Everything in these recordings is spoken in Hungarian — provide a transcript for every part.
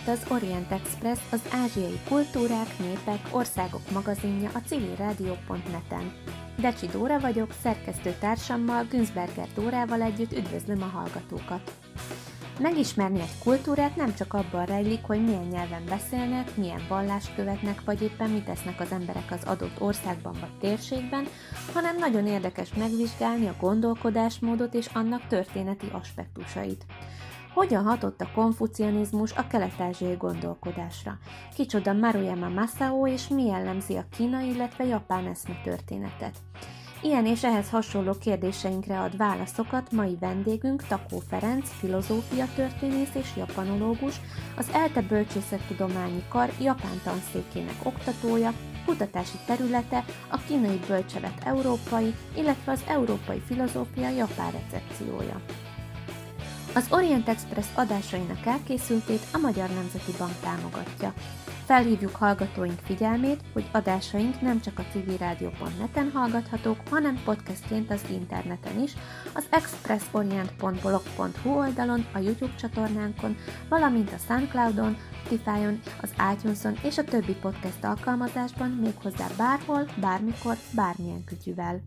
itt az Orient Express, az ázsiai kultúrák, népek, országok magazinja a civilradio.net-en. Decsi Dóra vagyok, szerkesztő társammal, Günzberger Dórával együtt üdvözlöm a hallgatókat. Megismerni egy kultúrát nem csak abban rejlik, hogy milyen nyelven beszélnek, milyen vallást követnek, vagy éppen mit tesznek az emberek az adott országban vagy térségben, hanem nagyon érdekes megvizsgálni a gondolkodásmódot és annak történeti aspektusait. Hogyan hatott a konfucianizmus a kelet-ázsiai gondolkodásra? Kicsoda Maruyama Masao és mi jellemzi a kínai, illetve japán eszmetörténetet? Ilyen és ehhez hasonló kérdéseinkre ad válaszokat mai vendégünk Takó Ferenc, filozófiatörténész és japanológus, az ELTE Bölcsészettudományi Kar japán tanszékének oktatója, kutatási területe a kínai bölcselet európai, illetve az európai filozófia japán recepciója. Az Orient Express adásainak elkészültét a Magyar Nemzeti Bank támogatja. Felhívjuk hallgatóink figyelmét, hogy adásaink nem csak a civilradio.net-en hallgathatók, hanem podcastként az interneten is, az expressorient.blog.hu oldalon, a YouTube csatornánkon, valamint a Soundcloudon, Spotify-on, az iTunes-on és a többi podcast alkalmazásban, méghozzá bárhol, bármikor, bármilyen kütyüvel.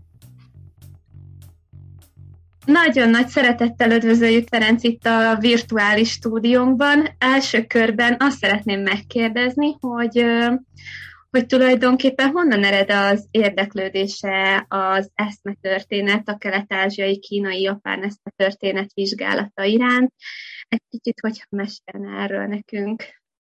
Nagyon nagy szeretettel üdvözöljük Ferenc itt a virtuális stúdiónkban. Első körben azt szeretném megkérdezni, hogy tulajdonképpen honnan ered az érdeklődése az eszmetörténet, a kelet-ázsiai, kínai, japán eszmetörténet vizsgálata iránt. Egy kicsit, hogyha mesélne erről nekünk.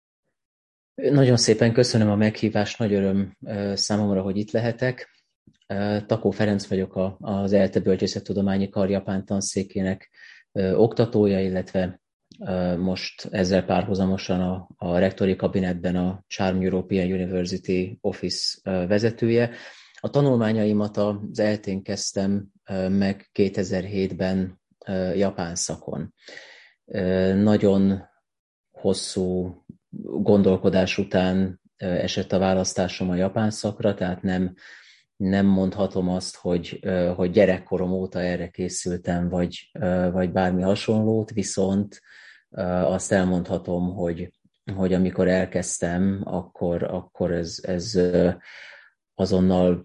Nagyon szépen köszönöm a meghívást, nagy öröm számomra, hogy itt lehetek. Takó Ferenc vagyok, az ELTE Bölcsészettudományi Kar japán tanszékének oktatója, illetve most ezzel párhuzamosan a rektori kabinetben a Charm European University Office vezetője. A tanulmányaimat az ELTE-n kezdtem meg 2007-ben japán szakon. Nagyon hosszú gondolkodás után esett a választásom a japán szakra, tehát nem mondhatom azt, hogy gyerekkorom óta erre készültem, vagy bármi hasonlót, viszont azt elmondhatom, hogy amikor elkezdtem, akkor ez azonnal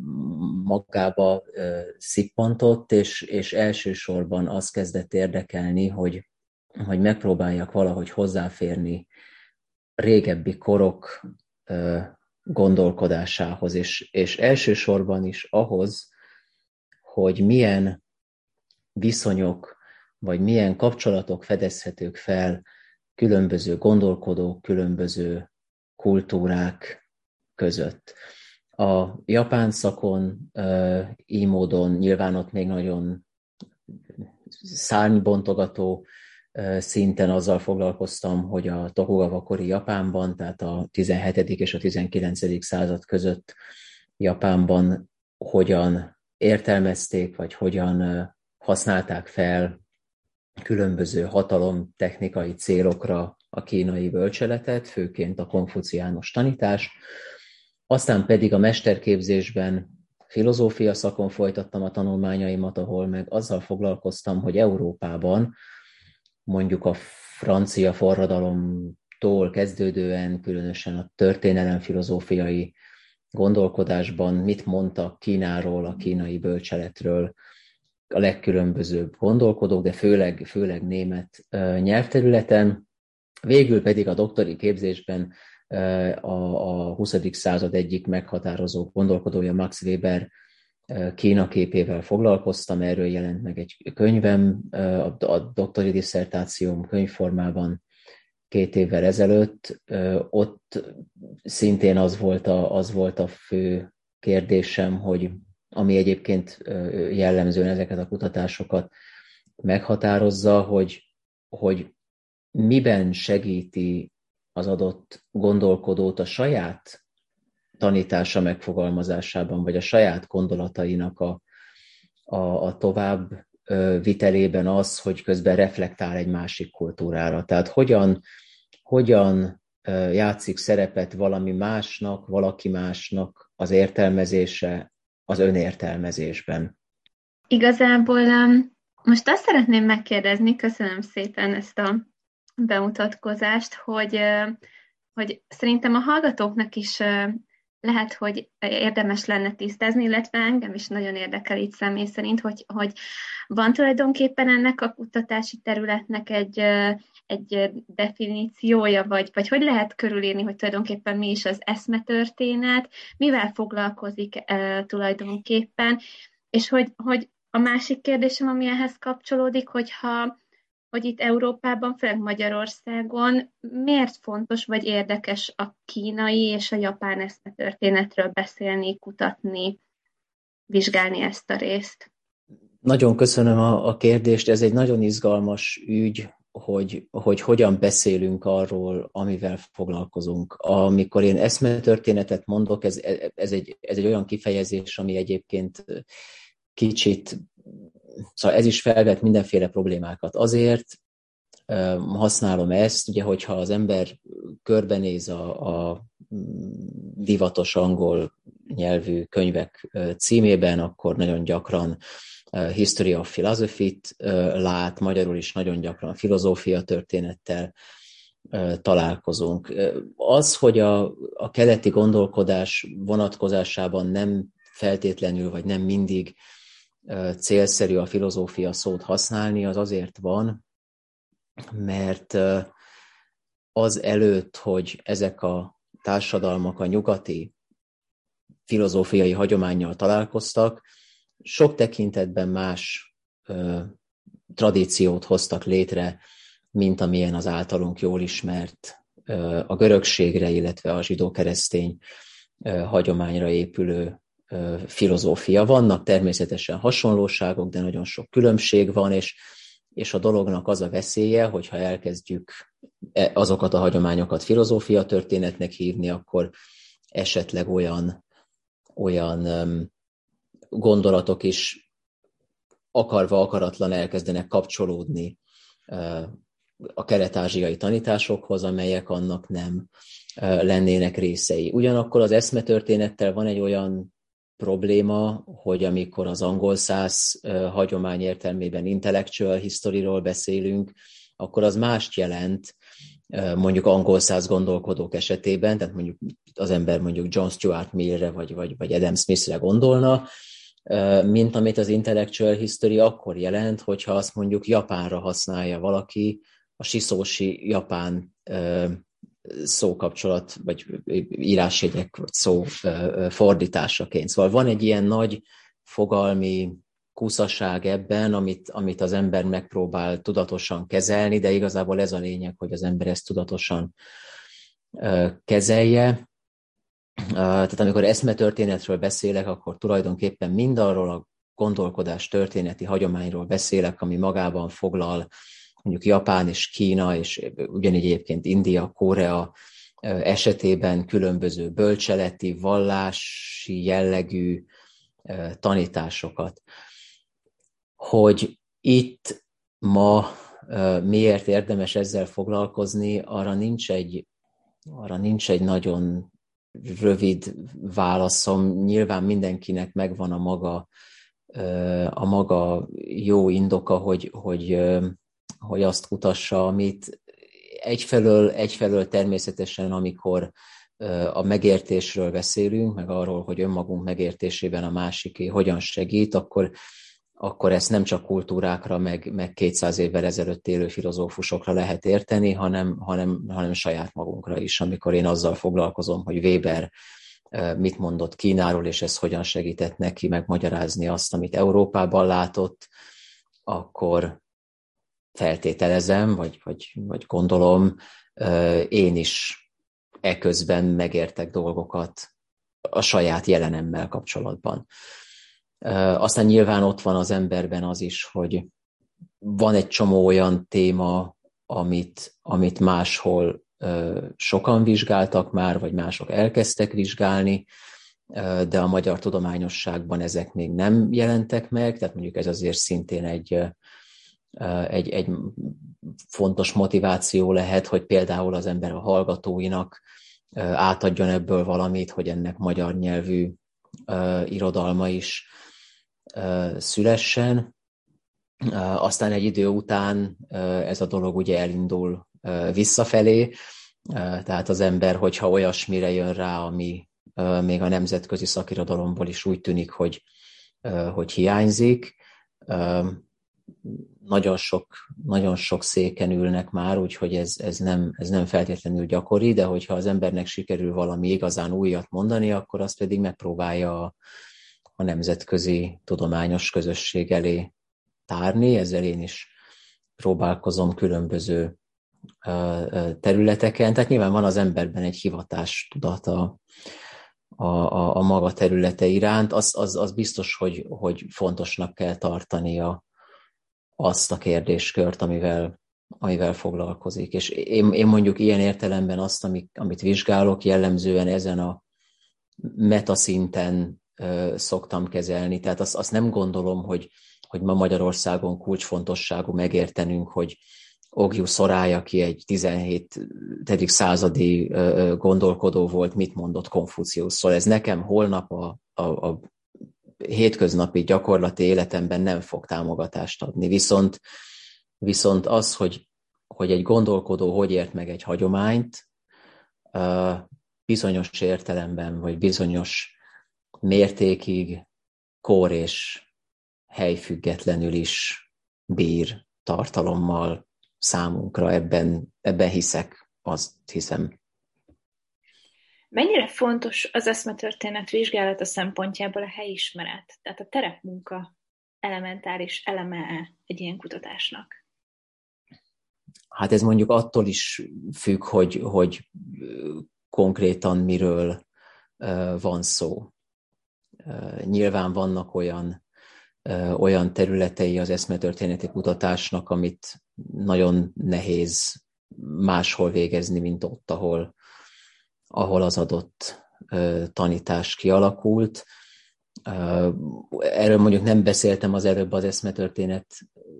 magába szippantott, és elsősorban azt kezdett érdekelni, hogy megpróbáljak valahogy hozzáférni régebbi korok gondolkodásához, és elsősorban is ahhoz, hogy milyen viszonyok, vagy milyen kapcsolatok fedezhetők fel különböző gondolkodók, különböző kultúrák között. A japán szakon így módon nyilván ott még nagyon szárnybontogató szinten azzal foglalkoztam, hogy a Tokugawa-kori Japánban, tehát a 17. és a 19. század között Japánban hogyan értelmezték, vagy hogyan használták fel különböző hatalomtechnikai célokra a kínai bölcseletet, főként a konfuciánus tanítás. Aztán pedig a mesterképzésben filozófia szakon folytattam a tanulmányaimat, ahol meg azzal foglalkoztam, hogy Európában mondjuk a francia forradalomtól kezdődően, különösen a történelemfilozófiai gondolkodásban mit mondtak Kínáról, a kínai bölcseletről a legkülönbözőbb gondolkodók, de főleg német nyelvterületen. Végül pedig a doktori képzésben a 20. század egyik meghatározó gondolkodója, Max Weber Kína képével foglalkoztam, erről jelent meg egy könyvem, a doktori disszertációm könyvformában 2 évvel ezelőtt. Ott szintén az volt a fő kérdésem, hogy ami egyébként jellemzően ezeket a kutatásokat meghatározza, hogy miben segíti az adott gondolkodót a saját tanítása megfogalmazásában, vagy a saját gondolatainak a tovább vitelében az, hogy közben reflektál egy másik kultúrára. Tehát hogyan játszik szerepet valaki másnak az értelmezése az önértelmezésben. Igazából most azt szeretném megkérdezni, köszönöm szépen ezt a bemutatkozást, hogy szerintem a hallgatóknak is lehet, hogy érdemes lenne tisztázni, illetve engem is nagyon érdekel itt személy szerint, hogy van tulajdonképpen ennek a kutatási területnek egy definíciója, vagy hogy lehet körülírni, hogy tulajdonképpen mi is az eszmetörténet, mivel foglalkozik tulajdonképpen, és hogy a másik kérdésem, ami ehhez kapcsolódik, hogy itt Európában, főleg Magyarországon miért fontos vagy érdekes a kínai és a japán eszmetörténetről beszélni, kutatni, vizsgálni ezt a részt? Nagyon köszönöm a kérdést, ez egy nagyon izgalmas ügy, hogy hogyan beszélünk arról, amivel foglalkozunk. Amikor én eszmetörténetet mondok, ez egy olyan kifejezés, ami egyébként kicsit, szóval ez is felvet mindenféle problémákat. Azért használom ezt, ugye, hogyha az ember körbenéz a divatos angol nyelvű könyvek címében, akkor nagyon gyakran History of Philosophy-t lát, magyarul is nagyon gyakran filozófia történettel találkozunk. Az, hogy a keleti gondolkodás vonatkozásában nem feltétlenül, vagy nem mindig célszerű a filozófia szót használni, az azért van, mert az előtt, hogy ezek a társadalmak a nyugati filozófiai hagyománnyal találkoztak, sok tekintetben más tradíciót hoztak létre, mint amilyen az általunk jól ismert a görögségre, illetve a zsidó-keresztény hagyományra épülő filozófia. Vannak természetesen hasonlóságok, de nagyon sok különbség van, és a dolognak az a veszélye, hogyha elkezdjük azokat a hagyományokat filozófia történetnek hívni, akkor esetleg olyan gondolatok is akarva akaratlan elkezdenek kapcsolódni a kelet-ázsiai tanításokhoz, amelyek annak nem lennének részei. Ugyanakkor az eszmetörténettel van egy olyan probléma, hogy amikor az angol száz hagyomány értelmében intellectual historyról beszélünk, akkor az mást jelent, mondjuk angol száz gondolkodók esetében, tehát mondjuk az ember mondjuk John Stuart Millre vagy Adam Smithre gondolna, mint amit az intellectual history akkor jelent, hogyha azt mondjuk Japánra használja valaki, a shisoshi japán szókapcsolat, vagy írásjegyek, vagy szó fordításaként. Szóval van egy ilyen nagy fogalmi kúszaság ebben, amit az ember megpróbál tudatosan kezelni, de igazából ez a lényeg, hogy az ember ezt tudatosan kezelje. Tehát amikor eszmetörténetről beszélek, akkor tulajdonképpen mindarról a gondolkodás történeti hagyományról beszélek, ami magában foglal mondjuk Japán és Kína, és ugyanígy egyébként India, Korea esetében különböző bölcseleti, vallási jellegű tanításokat. Hogy itt ma miért érdemes ezzel foglalkozni, arra nincs egy nagyon rövid válaszom. Nyilván mindenkinek megvan a maga jó indoka, hogy azt kutassa, amit egyfelől természetesen, amikor a megértésről beszélünk, meg arról, hogy önmagunk megértésében a másiké hogyan segít, akkor ezt nem csak kultúrákra, meg 200 évvel ezelőtt élő filozófusokra lehet érteni, hanem saját magunkra is. Amikor én azzal foglalkozom, hogy Weber mit mondott Kínáról, és ez hogyan segített neki megmagyarázni azt, amit Európában látott, akkor feltételezem, vagy gondolom, én is eközben megértek dolgokat a saját jelenemmel kapcsolatban. Aztán nyilván ott van az emberben az is, hogy van egy csomó olyan téma, amit máshol sokan vizsgáltak már, vagy mások elkezdtek vizsgálni, de a magyar tudományosságban ezek még nem jelentek meg, tehát mondjuk ez azért szintén egy fontos motiváció lehet, hogy például az ember a hallgatóinak átadjon ebből valamit, hogy ennek magyar nyelvű irodalma is szülessen. Aztán egy idő után ez a dolog ugye elindul visszafelé. Tehát az ember, hogyha olyasmire jön rá, ami még a nemzetközi szakirodalomból is úgy tűnik, hogy hiányzik. Nagyon sok széken ülnek már, úgyhogy ez nem feltétlenül gyakori, de hogyha az embernek sikerül valami igazán újat mondani, akkor azt pedig megpróbálja a nemzetközi tudományos közösség elé tárni. Ezzel én is próbálkozom különböző területeken. Tehát nyilván van az emberben egy hivatástudata a maga területe iránt. Az biztos, hogy fontosnak kell tartania azt a kérdéskört, amivel foglalkozik. És én mondjuk ilyen értelemben azt, amit vizsgálok, jellemzően ezen a metaszinten szoktam kezelni. Tehát azt nem gondolom, hogy ma Magyarországon kulcsfontosságú megértenünk, hogy Ogius Szorály, aki egy 17. századi gondolkodó volt, mit mondott Konfuciusz. Szóval ez nekem holnap a hétköznapi gyakorlati életemben nem fog támogatást adni. Viszont az, hogy egy gondolkodó hogy ért meg egy hagyományt, bizonyos értelemben, vagy bizonyos mértékig kor és hely függetlenül is bír tartalommal számunkra. Ebben hiszek, azt hiszem. Mennyire fontos az eszmetörténet vizsgálata szempontjából a helyismeret, tehát a terepmunka elementáris eleme egy ilyen kutatásnak? Hát ez mondjuk attól is függ, hogy konkrétan miről van szó. Nyilván vannak olyan területei az eszmetörténeti kutatásnak, amit nagyon nehéz máshol végezni, mint ott, ahol az adott tanítás kialakult. Erről mondjuk nem beszéltem az előbb az eszmetörténet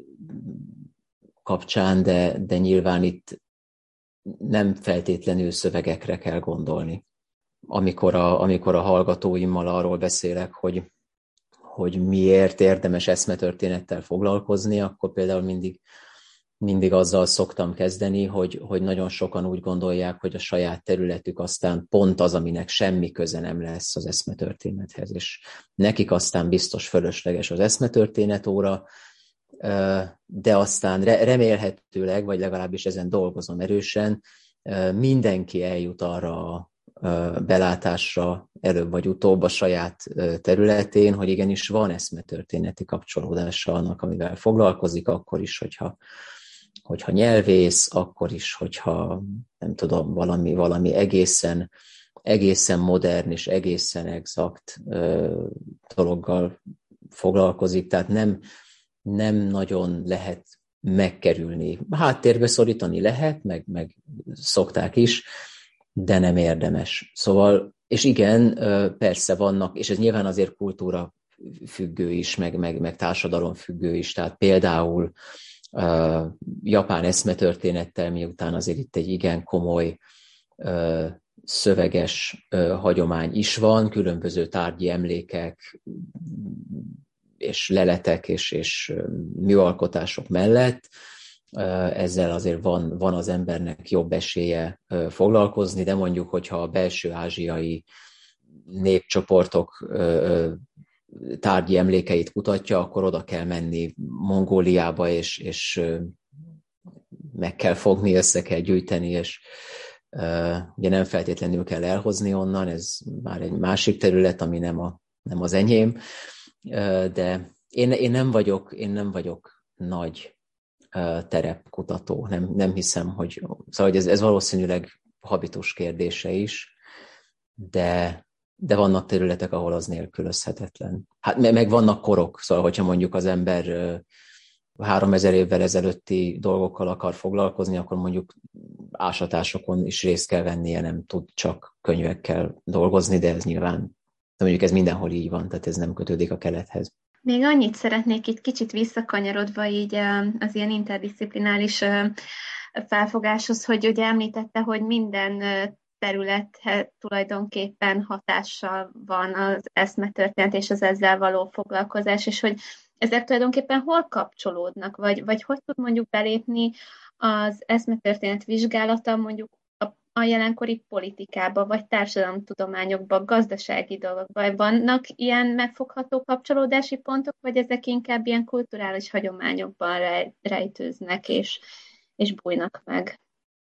kapcsán, de nyilván itt nem feltétlenül szövegekre kell gondolni. Amikor a hallgatóimmal arról beszélek, hogy miért érdemes eszmetörténettel foglalkozni, akkor például mindig azzal szoktam kezdeni, hogy nagyon sokan úgy gondolják, hogy a saját területük aztán pont az, aminek semmi köze nem lesz az eszmetörténethez, és nekik aztán biztos fölösleges az eszmetörténet óra, de aztán remélhetőleg, vagy legalábbis ezen dolgozom erősen, mindenki eljut arra a belátásra előbb vagy utóbb a saját területén, hogy igenis van eszmetörténeti kapcsolódása annak, amivel foglalkozik, akkor is, hogyha nyelvész, akkor is, hogyha nem tudom, valami egészen modern és egészen exakt dologgal foglalkozik, tehát nem nagyon lehet megkerülni. Háttérbe szorítani lehet, meg szokták is, de nem érdemes. Szóval, és igen, persze vannak, és ez nyilván azért kultúra függő is, meg társadalom függő is, tehát például japán eszmetörténettel, miután azért itt egy igen komoly szöveges hagyomány is van, különböző tárgyi emlékek és leletek és műalkotások mellett, ezzel azért van az embernek jobb esélye foglalkozni, de mondjuk, hogyha a belső ázsiai népcsoportok tárgyi emlékeit kutatja, akkor oda kell menni Mongóliába, és meg kell fogni, össze kell gyűjteni, és ugye nem feltétlenül kell elhozni onnan, ez már egy másik terület, ami nem az enyém, de én nem vagyok nagy terepkutató. Nem hiszem, szóval hogy ez valószínűleg habitus kérdése is, de vannak területek, ahol az nélkülözhetetlen. Hát meg vannak korok, szóval hogyha mondjuk az ember 3000 évvel ezelőtti dolgokkal akar foglalkozni, akkor mondjuk ásatásokon is részt kell vennie, nem tud csak könyvekkel dolgozni, de ez nyilván, de mondjuk ez mindenhol így van, tehát ez nem kötődik a kelethez. Még annyit szeretnék itt kicsit visszakanyarodva így az ilyen interdisziplinális felfogáshoz, hogy ugye említette, hogy minden területhez tulajdonképpen hatással van az eszmetörténet és az ezzel való foglalkozás, és hogy ezek tulajdonképpen hol kapcsolódnak, vagy hogy tud mondjuk belépni az eszmetörténet vizsgálata mondjuk a jelenkori politikában, vagy társadalomtudományokban, gazdasági dolgokban vannak ilyen megfogható kapcsolódási pontok, vagy ezek inkább ilyen kulturális hagyományokban rejtőznek és bújnak meg?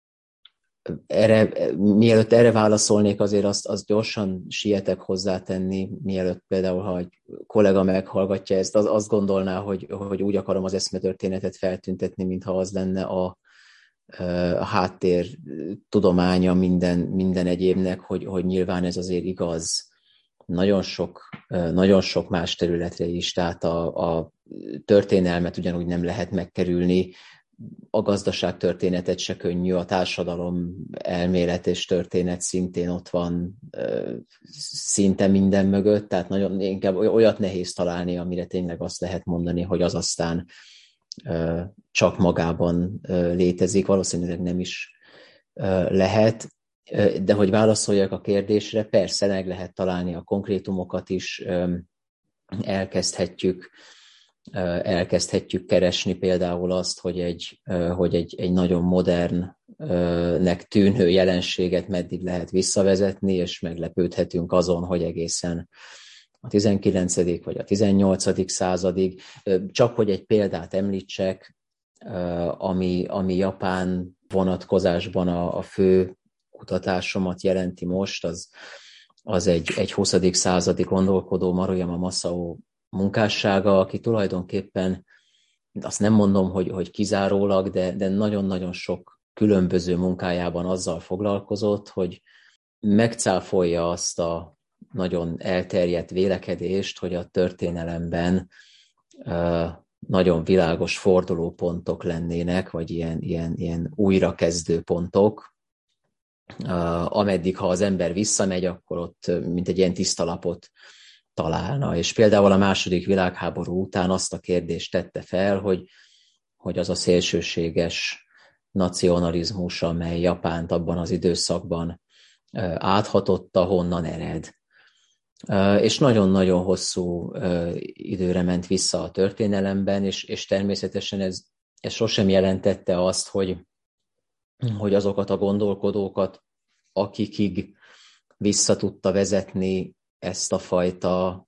Mielőtt erre válaszolnék, azért azt gyorsan sietek hozzátenni, mielőtt például, ha egy kollega meghallgatja ezt, azt gondolná, hogy úgy akarom az eszmetörténetet feltüntetni, mintha az lenne a háttér tudománya minden egyébnek, hogy nyilván ez azért igaz nagyon sok más területre is, tehát a történelmet ugyanúgy nem lehet megkerülni, a gazdaságtörténetet se könnyű, a társadalom elmélet és történet szintén ott van szinte minden mögött, tehát nagyon inkább olyat nehéz találni, amire tényleg azt lehet mondani, hogy az aztán csak magában létezik, valószínűleg nem is lehet, de hogy válaszoljak a kérdésre, persze meg lehet találni a konkrétumokat is, elkezdhetjük keresni például azt, hogy egy nagyon modernnek tűnő jelenséget meddig lehet visszavezetni, és meglepődhetünk azon, hogy egészen a 19. vagy a 18. századig. Csak hogy egy példát említsek, ami Japán vonatkozásban a fő kutatásomat jelenti most, az egy 20. századi gondolkodó, Maruyama Masao munkássága, aki tulajdonképpen, azt nem mondom, hogy kizárólag, de nagyon-nagyon sok különböző munkájában azzal foglalkozott, hogy megcáfolja azt a nagyon elterjedt vélekedést, hogy a történelemben nagyon világos fordulópontok lennének, vagy ilyen újrakezdő pontok, ameddig, ha az ember visszamegy, akkor ott mint egy ilyen tiszta lapot találna. És például a II. Világháború után azt a kérdést tette fel, hogy az a szélsőséges nacionalizmus, amely Japánt abban az időszakban áthatotta, honnan ered. És nagyon-nagyon hosszú időre ment vissza a történelemben, és természetesen ez sosem jelentette azt, hogy azokat a gondolkodókat, akikig vissza tudta vezetni ezt a fajta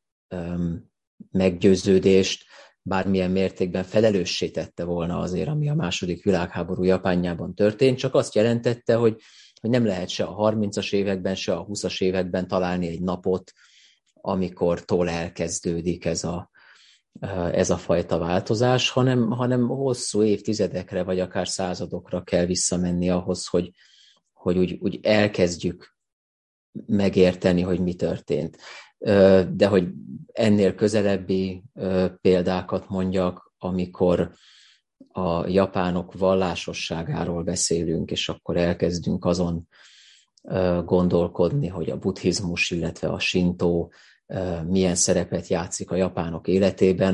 meggyőződést, bármilyen mértékben felelőssé tette volna azért, ami a II. Világháború Japánjában történt, csak azt jelentette, hogy nem lehet se a 30-as években, se a 20-as években találni egy napot, amikortól elkezdődik ez a fajta változás, hanem hosszú évtizedekre, vagy akár századokra kell visszamenni ahhoz, hogy úgy elkezdjük megérteni, hogy mi történt. De hogy ennél közelebbi példákat mondjak, amikor a japánok vallásosságáról beszélünk, és akkor elkezdünk azon gondolkodni, hogy a buddhizmus, illetve a sintó milyen szerepet játszik a japánok életében,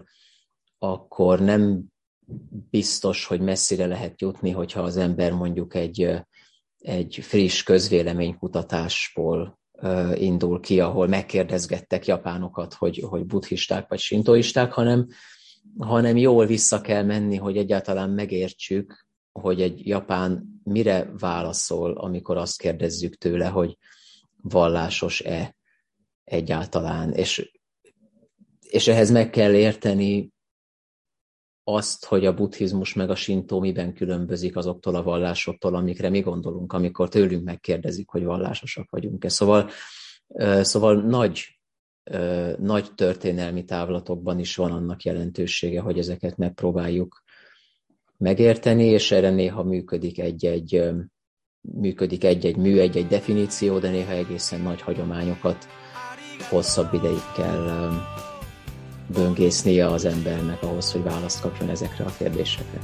akkor nem biztos, hogy messzire lehet jutni, hogyha az ember mondjuk egy friss közvéleménykutatásból indul ki, ahol megkérdezgettek japánokat, hogy buddhisták vagy sintoisták, hanem jól vissza kell menni, hogy egyáltalán megértsük, hogy egy japán mire válaszol, amikor azt kérdezzük tőle, hogy vallásos-e egyáltalán. És ehhez meg kell érteni azt, hogy a buddhizmus meg a sintó miben különbözik azoktól a vallásoktól, amikre mi gondolunk, amikor tőlünk megkérdezik, hogy vallásosak vagyunk-e. Szóval nagy történelmi távlatokban is van annak jelentősége, hogy ezeket megpróbáljuk megérteni, és erre néha működik egy mű, egy definíció, de néha egészen nagy hagyományokat hosszabb ideig kell böngésznie az embernek ahhoz, hogy választ kapjon ezekre a kérdésekre.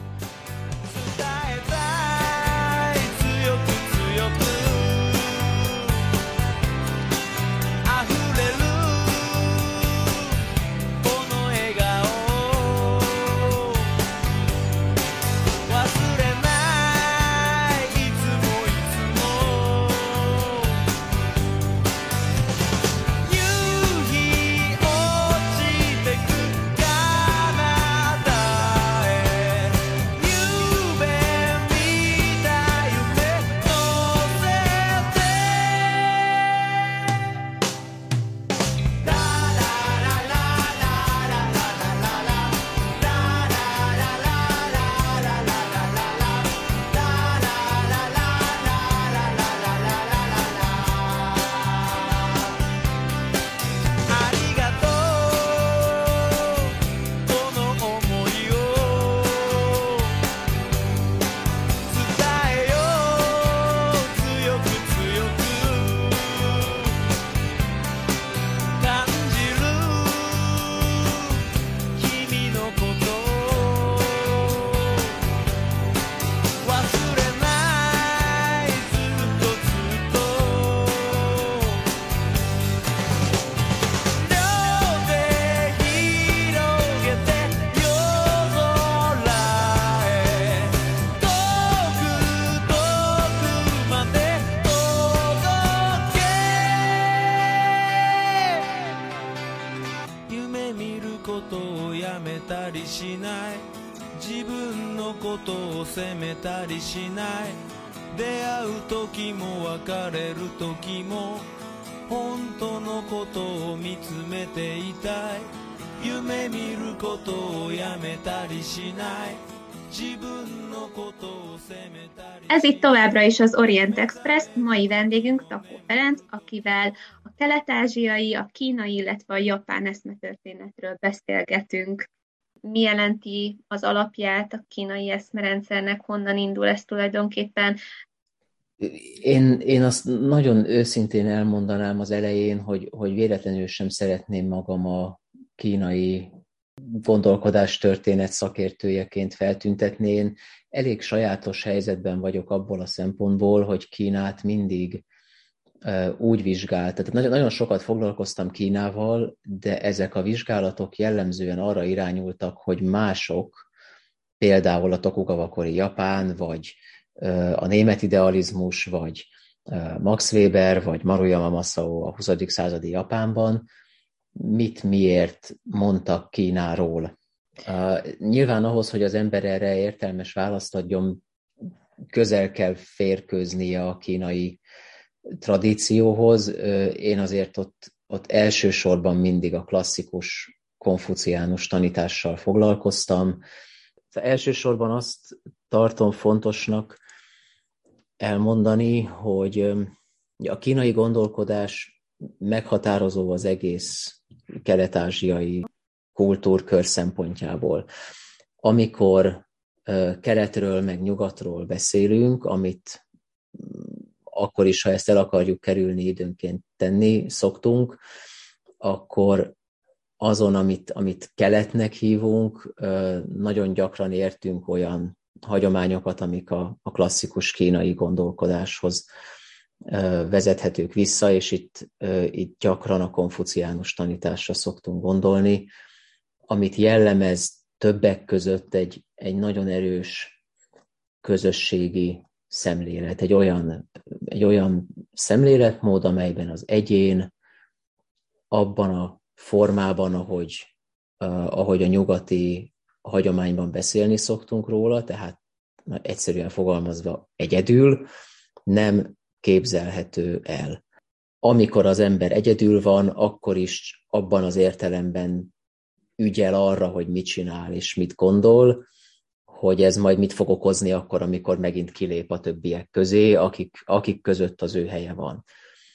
ことをやめたりしない、自分のことを責めたりしない、出会う時も別れる時も本当のことを見つめていたい、夢見ることをやめたりしない、自分のことを責めたり。 Ez itt továbbra is az Orient Express, mai vendégünk Takó Ferenc, akivel a kelet-ázsiai, a kínai, illetve a japán eszmetörténetről beszélgetünk. Mi jelenti az alapját a kínai eszmerendszernek, honnan indul ez tulajdonképpen? Én azt nagyon őszintén elmondanám az elején, hogy véletlenül sem szeretném magam a kínai gondolkodástörténet szakértőjeként feltüntetni. Én elég sajátos helyzetben vagyok abból a szempontból, hogy Kínát mindig úgy vizsgált. Tehát nagyon sokat foglalkoztam Kínával, de ezek a vizsgálatok jellemzően arra irányultak, hogy mások, például a Tokugava-kori Japán, vagy a német idealizmus, vagy Max Weber, vagy Maruyama Masao a 20. századi Japánban miért mondtak Kínáról. Nyilván ahhoz, hogy az ember erre értelmes választ adjon, közel kell férkőznie a kínai tradícióhoz. Én azért ott elsősorban mindig a klasszikus konfuciánus tanítással foglalkoztam. Elsősorban azt tartom fontosnak elmondani, hogy a kínai gondolkodás meghatározó az egész kelet-ázsiai kultúrkör szempontjából. Amikor keletről meg nyugatról beszélünk, amit akkor is, ha ezt el akarjuk kerülni, időnként tenni szoktunk, akkor azon, amit keletnek hívunk, nagyon gyakran értünk olyan hagyományokat, amik a klasszikus kínai gondolkodáshoz vezethetők vissza, és itt gyakran a konfuciánus tanításra szoktunk gondolni, amit jellemez többek között egy nagyon erős közösségi szemlélet, egy olyan szemléletmód, amelyben az egyén abban a formában, ahogy a nyugati hagyományban beszélni szoktunk róla, tehát egyszerűen fogalmazva egyedül, nem képzelhető el. Amikor az ember egyedül van, akkor is abban az értelemben ügyel arra, hogy mit csinál és mit gondol, hogy ez majd mit fog okozni akkor, amikor megint kilép a többiek közé, akik között az ő helye van.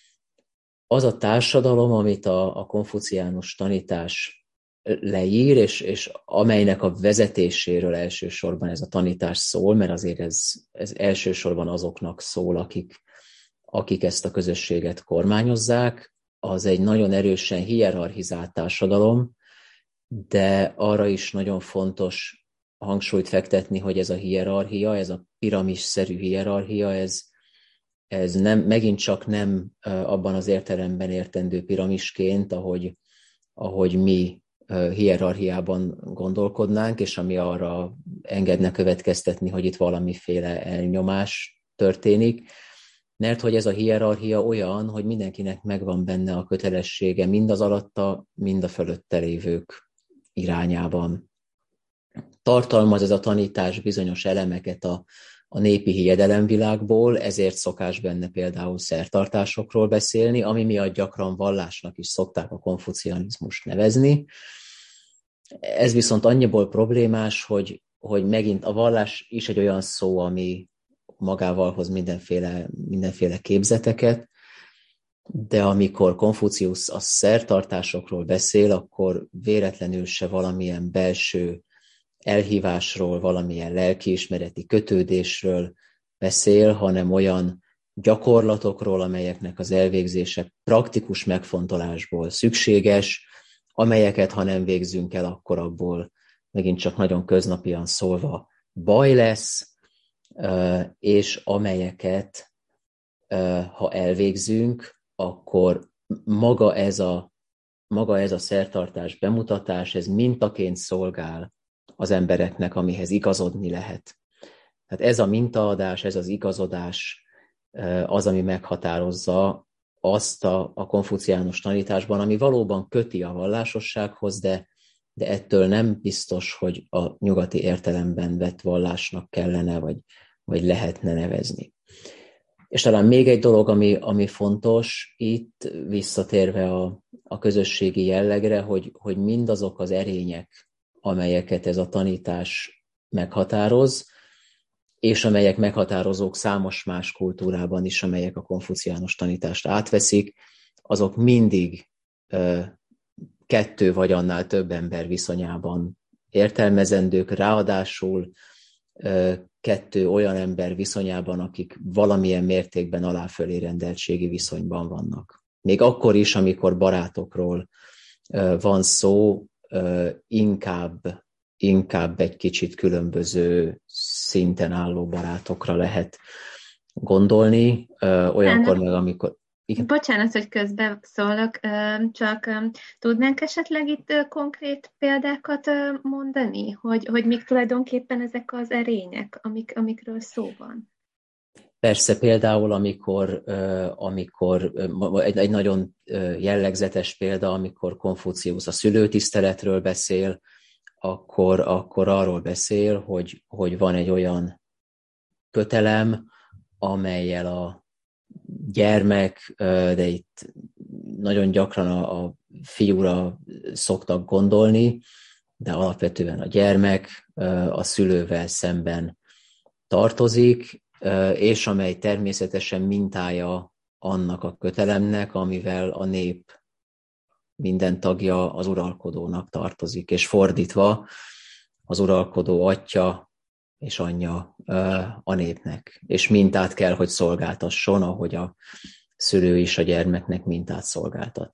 Az a társadalom, amit a konfuciánus tanítás leír, és amelynek a vezetéséről elsősorban ez a tanítás szól, mert azért ez elsősorban azoknak szól, akik ezt a közösséget kormányozzák, az egy nagyon erősen hierarchizált társadalom, de arra is nagyon fontos hangsúlyt fektetni, hogy ez a hierarchia, ez a piramisszerű hierarchia, ez nem, megint csak nem abban az értelemben értendő piramisként, ahogy mi hierarchiában gondolkodnánk, és ami arra engedne következtetni, hogy itt valamiféle elnyomás történik, mert hogy ez a hierarchia olyan, hogy mindenkinek megvan benne a kötelessége mind az alatta, mind a fölötte lévők irányában. Tartalmaz ez a tanítás bizonyos elemeket a népi hiedelemvilágból, ezért szokás benne például szertartásokról beszélni, ami miatt gyakran vallásnak is szokták a konfucianizmust nevezni. Ez viszont annyiból problémás, hogy megint a vallás is egy olyan szó, ami magával hoz mindenféle képzeteket, de amikor Konfuciusz a szertartásokról beszél, akkor véletlenül se valamilyen belső elhívásról, valamilyen lelkiismereti kötődésről beszél, hanem olyan gyakorlatokról, amelyeknek az elvégzése praktikus megfontolásból szükséges, amelyeket, ha nem végzünk el, akkor abból megint csak nagyon köznapian szólva baj lesz, és amelyeket, ha elvégzünk, akkor maga ez a szertartás bemutatás, ez mintaként szolgál az embereknek, amihez igazodni lehet. Tehát ez a mintaadás, ez az igazodás az, ami meghatározza azt a konfuciánus tanításban, ami valóban köti a vallásossághoz, de ettől nem biztos, hogy a nyugati értelemben vett vallásnak kellene, vagy lehetne nevezni. És talán még egy dolog, ami fontos, itt visszatérve a közösségi jellegre, hogy mindazok az erények, amelyeket ez a tanítás meghatároz, és amelyek meghatározók számos más kultúrában is, amelyek a konfuciánus tanítást átveszik, azok mindig kettő vagy annál több ember viszonyában értelmezendők, ráadásul kettő olyan ember viszonyában, akik valamilyen mértékben alá-fölé rendeltségi viszonyban vannak. Még akkor is, amikor barátokról van szó, inkább egy kicsit különböző szinten álló barátokra lehet gondolni. Olyankor meg, amikor... Igen. Bocsánat, hogy közbeszólok, csak tudnánk esetleg itt konkrét példákat mondani, hogy mik tulajdonképpen ezek az erények, amikről szó van? Persze, például amikor egy nagyon jellegzetes példa, amikor Konfuciusz a szülőtiszteletről beszél, akkor arról beszél, hogy van egy olyan kötelem, amellyel a gyermek, de itt nagyon gyakran a fiúra szoktak gondolni, de alapvetően a gyermek a szülővel szemben tartozik, és amely természetesen mintája annak a kötelemnek, amivel a nép minden tagja az uralkodónak tartozik, és fordítva az uralkodó atya és anyja a népnek, és mintát kell, hogy szolgáltasson, ahogy a szülő is a gyermeknek mintát szolgáltat.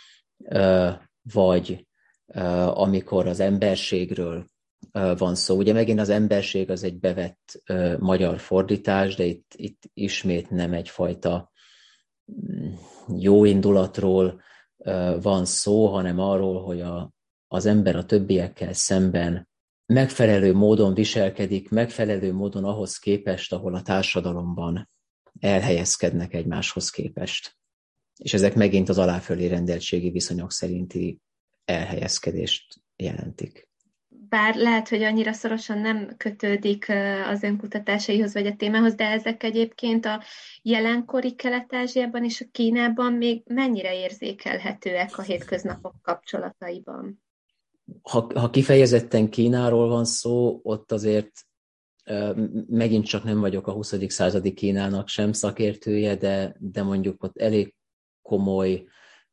Vagy amikor az emberségről van szó, ugye megint az emberség az egy bevett magyar fordítás, de itt ismét nem egyfajta jó indulatról van szó, hanem arról, hogy az ember a többiekkel szemben megfelelő módon viselkedik, megfelelő módon ahhoz képest, ahol a társadalomban elhelyezkednek egymáshoz képest. És ezek megint az aláfölé rendeltségi viszonyok szerinti elhelyezkedést jelentik. Bár lehet, hogy annyira szorosan nem kötődik az önkutatásaihoz vagy a témához, de ezek egyébként a jelenkori Kelet-Ázsiában és a Kínában még mennyire érzékelhetőek a hétköznapok kapcsolataiban? Ha kifejezetten Kínáról van szó, ott azért megint csak nem vagyok a 20. századi Kínának sem szakértője, de mondjuk ott elég komoly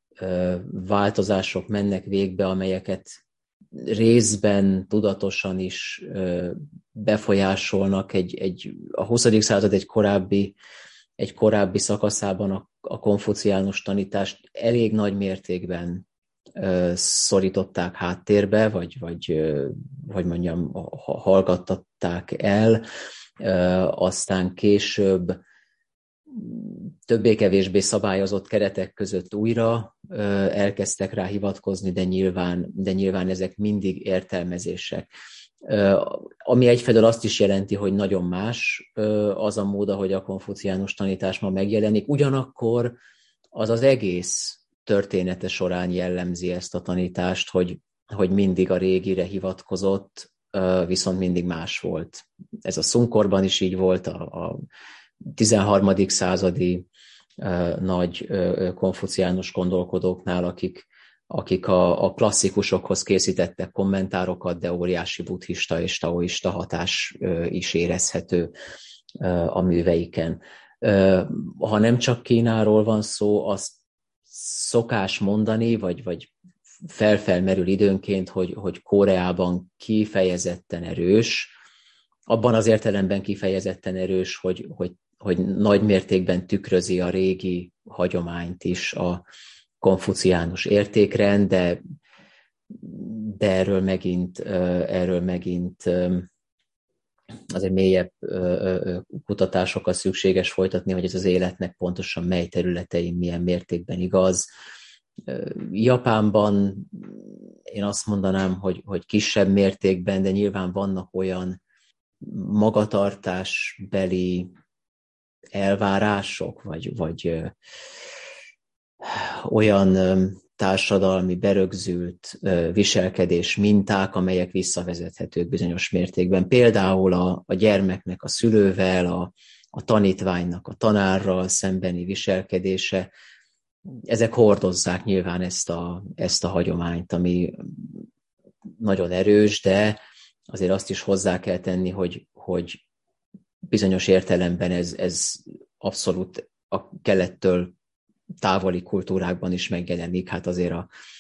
változások mennek végbe, amelyeket részben tudatosan is befolyásolnak. A 20. század egy korábbi szakaszában a konfuciánus tanítást elég nagy mértékben szorították háttérbe, vagy mondjam, hallgattatták el. Aztán később többé-kevésbé szabályozott keretek között újra elkezdtek rá hivatkozni, de nyilván ezek mindig értelmezések. Ami egyfelől azt is jelenti, hogy nagyon más az a mód, ahogy a konfuciánus tanítás ma megjelenik, ugyanakkor az egész története során jellemzi ezt a tanítást, hogy mindig a régire hivatkozott, viszont mindig más volt. Ez a Szungkorban is így volt, a 13. századi nagy konfuciánus gondolkodóknál, akik a klasszikusokhoz készítettek kommentárokat, de óriási buddhista és taoista hatás is érezhető a műveiken. Ha nem csak Kínáról van szó, azt szokás mondani, vagy felmerül időnként, hogy Koreában kifejezetten erős, abban az értelemben kifejezetten erős, hogy nagy mértékben tükrözi a régi hagyományt is a konfuciánus értékrend, de erről megint azért mélyebb kutatásokat szükséges folytatni, hogy ez az életnek pontosan mely területein milyen mértékben igaz. Japánban én azt mondanám, hogy kisebb mértékben, de nyilván vannak olyan magatartásbeli elvárások, vagy olyan társadalmi, berögzült viselkedés minták, amelyek visszavezethetők bizonyos mértékben. Például a gyermeknek a szülővel, a tanítványnak a tanárral szembeni viselkedése, ezek hordozzák nyilván ezt a hagyományt, ami nagyon erős, de azért azt is hozzá kell tenni, hogy bizonyos értelemben ez abszolút a kelettől távoli kultúrákban is megjelenik. Hát azért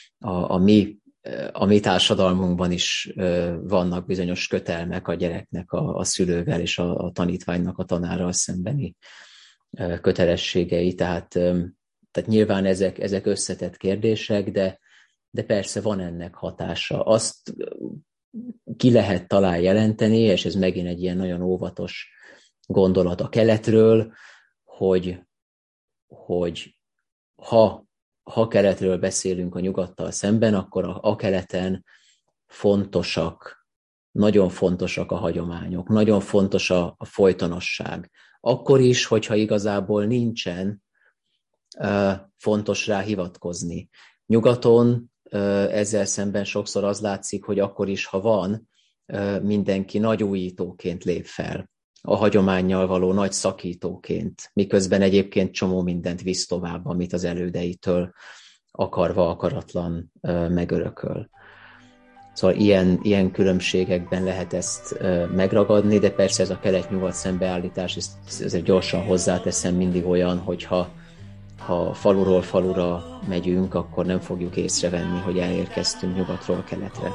a mi társadalmunkban is vannak bizonyos kötelmek a gyereknek a szülővel és a tanítványnak a tanárral szembeni kötelességei. Tehát nyilván ezek összetett kérdések, de persze van ennek hatása. Azt ki lehet talán jelenteni, és ez megint egy ilyen nagyon óvatos gondolat a keletről, hogy ha keletről beszélünk a nyugattal szemben, akkor a keleten nagyon fontosak a hagyományok, nagyon fontos a folytonosság. Akkor is, hogyha igazából nincsen, fontos rá hivatkozni. Nyugaton ezzel szemben sokszor az látszik, hogy akkor is, ha van, mindenki nagy újítóként lép fel, a hagyománnyal való nagy szakítóként, miközben egyébként csomó mindent visz tovább, amit az elődeitől akarva akaratlan megörököl. Szóval ilyen különbségekben lehet ezt megragadni, de persze ez a kelet-nyugat szembeállítás, ezért gyorsan hozzáteszem, mindig olyan, hogyha faluról falura megyünk, akkor nem fogjuk észrevenni, hogy elérkeztünk nyugatról keletre.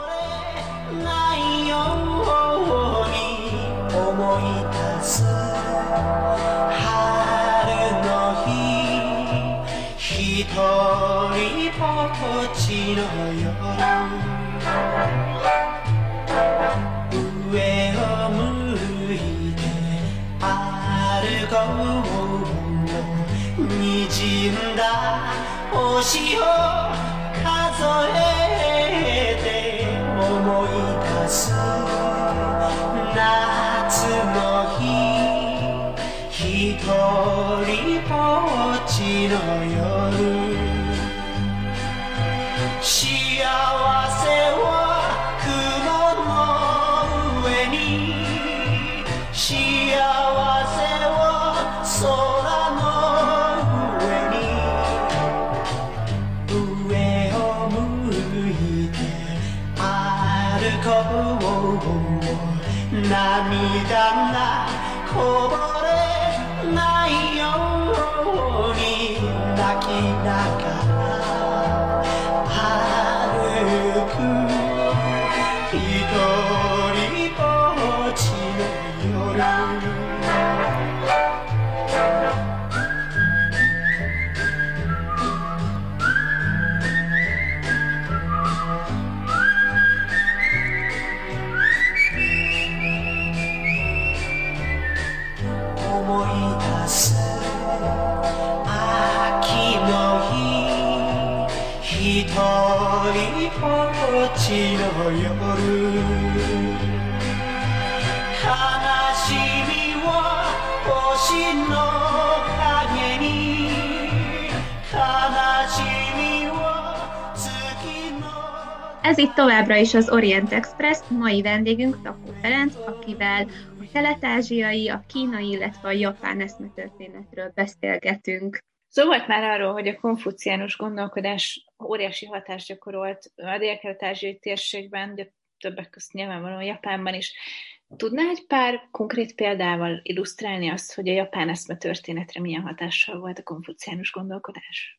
Ez itt továbbra is az Orient Express, mai vendégünk Takó Ferenc, akivel a kelet-ázsiai, a kínai, illetve a japán eszmetörténetről beszélgetünk. Szó volt már arról, hogy a konfuciánus gondolkodás óriási hatást gyakorolt a dél-kelet-ázsiai térségben, de többek között nyilvánvalóan Japánban is. Tudná egy pár konkrét példával illusztrálni azt, hogy a japán eszmetörténetre milyen hatással volt a konfuciánus gondolkodás?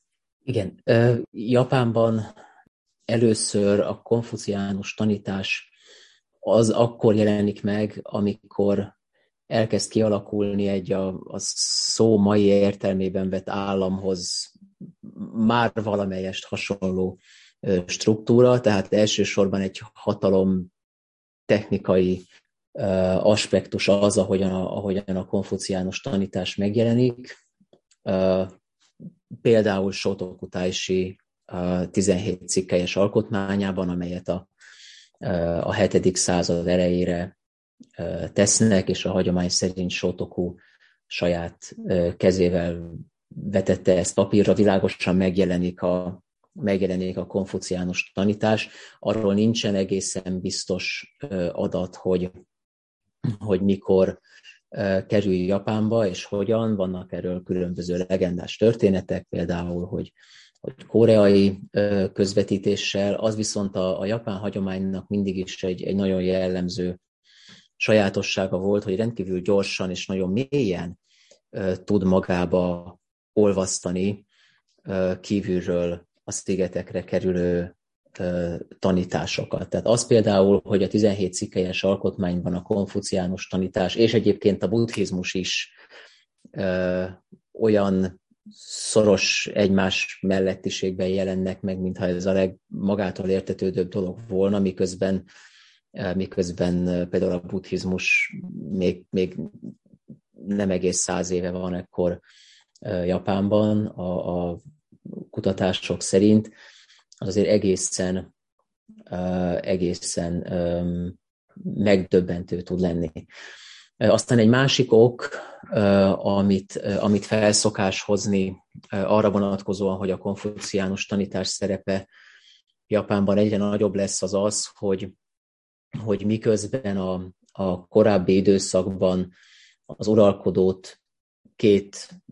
Igen, Japánban először a konfuciánus tanítás az akkor jelenik meg, amikor elkezd kialakulni egy a szó mai értelmében vett államhoz már valamelyest hasonló struktúra, tehát elsősorban egy hatalom technikai aspektus az, ahogyan a konfuciánus tanítás megjelenik. Például Shotoku Taishi 17 cikkelyes alkotmányában, amelyet a 7. század elejére tesznek, és a hagyomány szerint Shotoku saját kezével vetette ezt papírra, világosan megjelenik megjelenik a konfuciánus tanítás. Arról nincsen egészen biztos adat, hogy mikor kerül Japánba, és hogyan. Vannak erről különböző legendás történetek, például, hogy koreai közvetítéssel. Az viszont a japán hagyománynak mindig is egy nagyon jellemző sajátossága volt, hogy rendkívül gyorsan és nagyon mélyen tud magába olvasztani kívülről a szigetekre kerülő tanításokat. Tehát az például, hogy a 17 cikkelyes alkotmányban a konfuciánus tanítás, és egyébként a buddhizmus is olyan szoros egymás mellettiségben jelennek meg, mintha ez a magától értetődőbb dolog volna, miközben például a buddhizmus még nem egész 100 éve van ekkor Japánban, a kutatások szerint, az azért egészen megdöbbentő tud lenni. Aztán egy másik ok, amit felszokás hozni arra vonatkozóan, hogy a konfuciánus tanítás szerepe Japánban egyre nagyobb lesz, az, hogy miközben a korábbi időszakban az uralkodót 2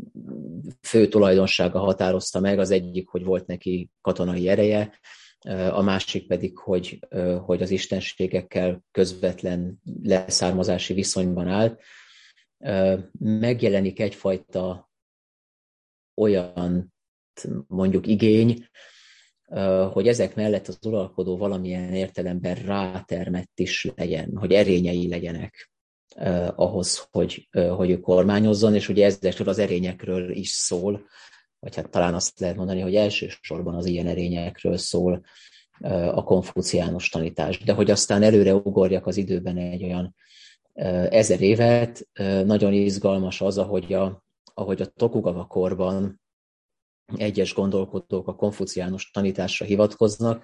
fő tulajdonsága határozta meg, az egyik, hogy volt neki katonai ereje, a másik pedig, hogy az istenségekkel közvetlen leszármazási viszonyban állt. Megjelenik egyfajta olyan, mondjuk igény, hogy ezek mellett az uralkodó valamilyen értelemben rátermett is legyen, hogy erényei legyenek ahhoz, hogy ő kormányozzon, és ugye ezekről az erényekről is szól, vagy hát talán azt lehet mondani, hogy elsősorban az ilyen erényekről szól a konfuciánus tanítás. De hogy aztán előre ugorjak az időben egy olyan 1000 évet, nagyon izgalmas az, ahogy a Tokugawa korban egyes gondolkodók a konfuciánus tanításra hivatkoznak.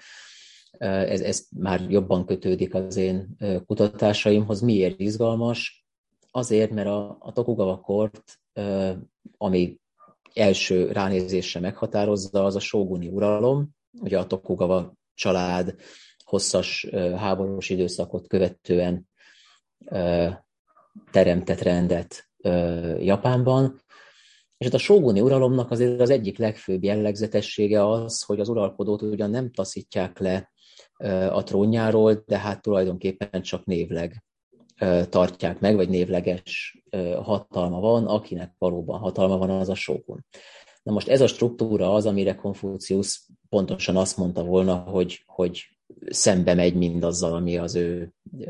Ez már jobban kötődik az én kutatásaimhoz. Miért izgalmas? Azért, mert a Tokugawa kort, ami első ránézésre meghatározza, az a sóguni uralom. Ugye a Tokugawa család hosszas háborús időszakot követően teremtett rendet Japánban. És a sóguni uralomnak azért az egyik legfőbb jellegzetessége az, hogy az uralkodót ugyan nem taszítják le a trónjáról, de hát tulajdonképpen csak névleg tartják meg, vagy névleges hatalma van, akinek valóban hatalma van, az a sógun. Na most ez a struktúra az, amire Konfuciusz pontosan azt mondta volna, hogy szembe megy mindazzal, ami az ő,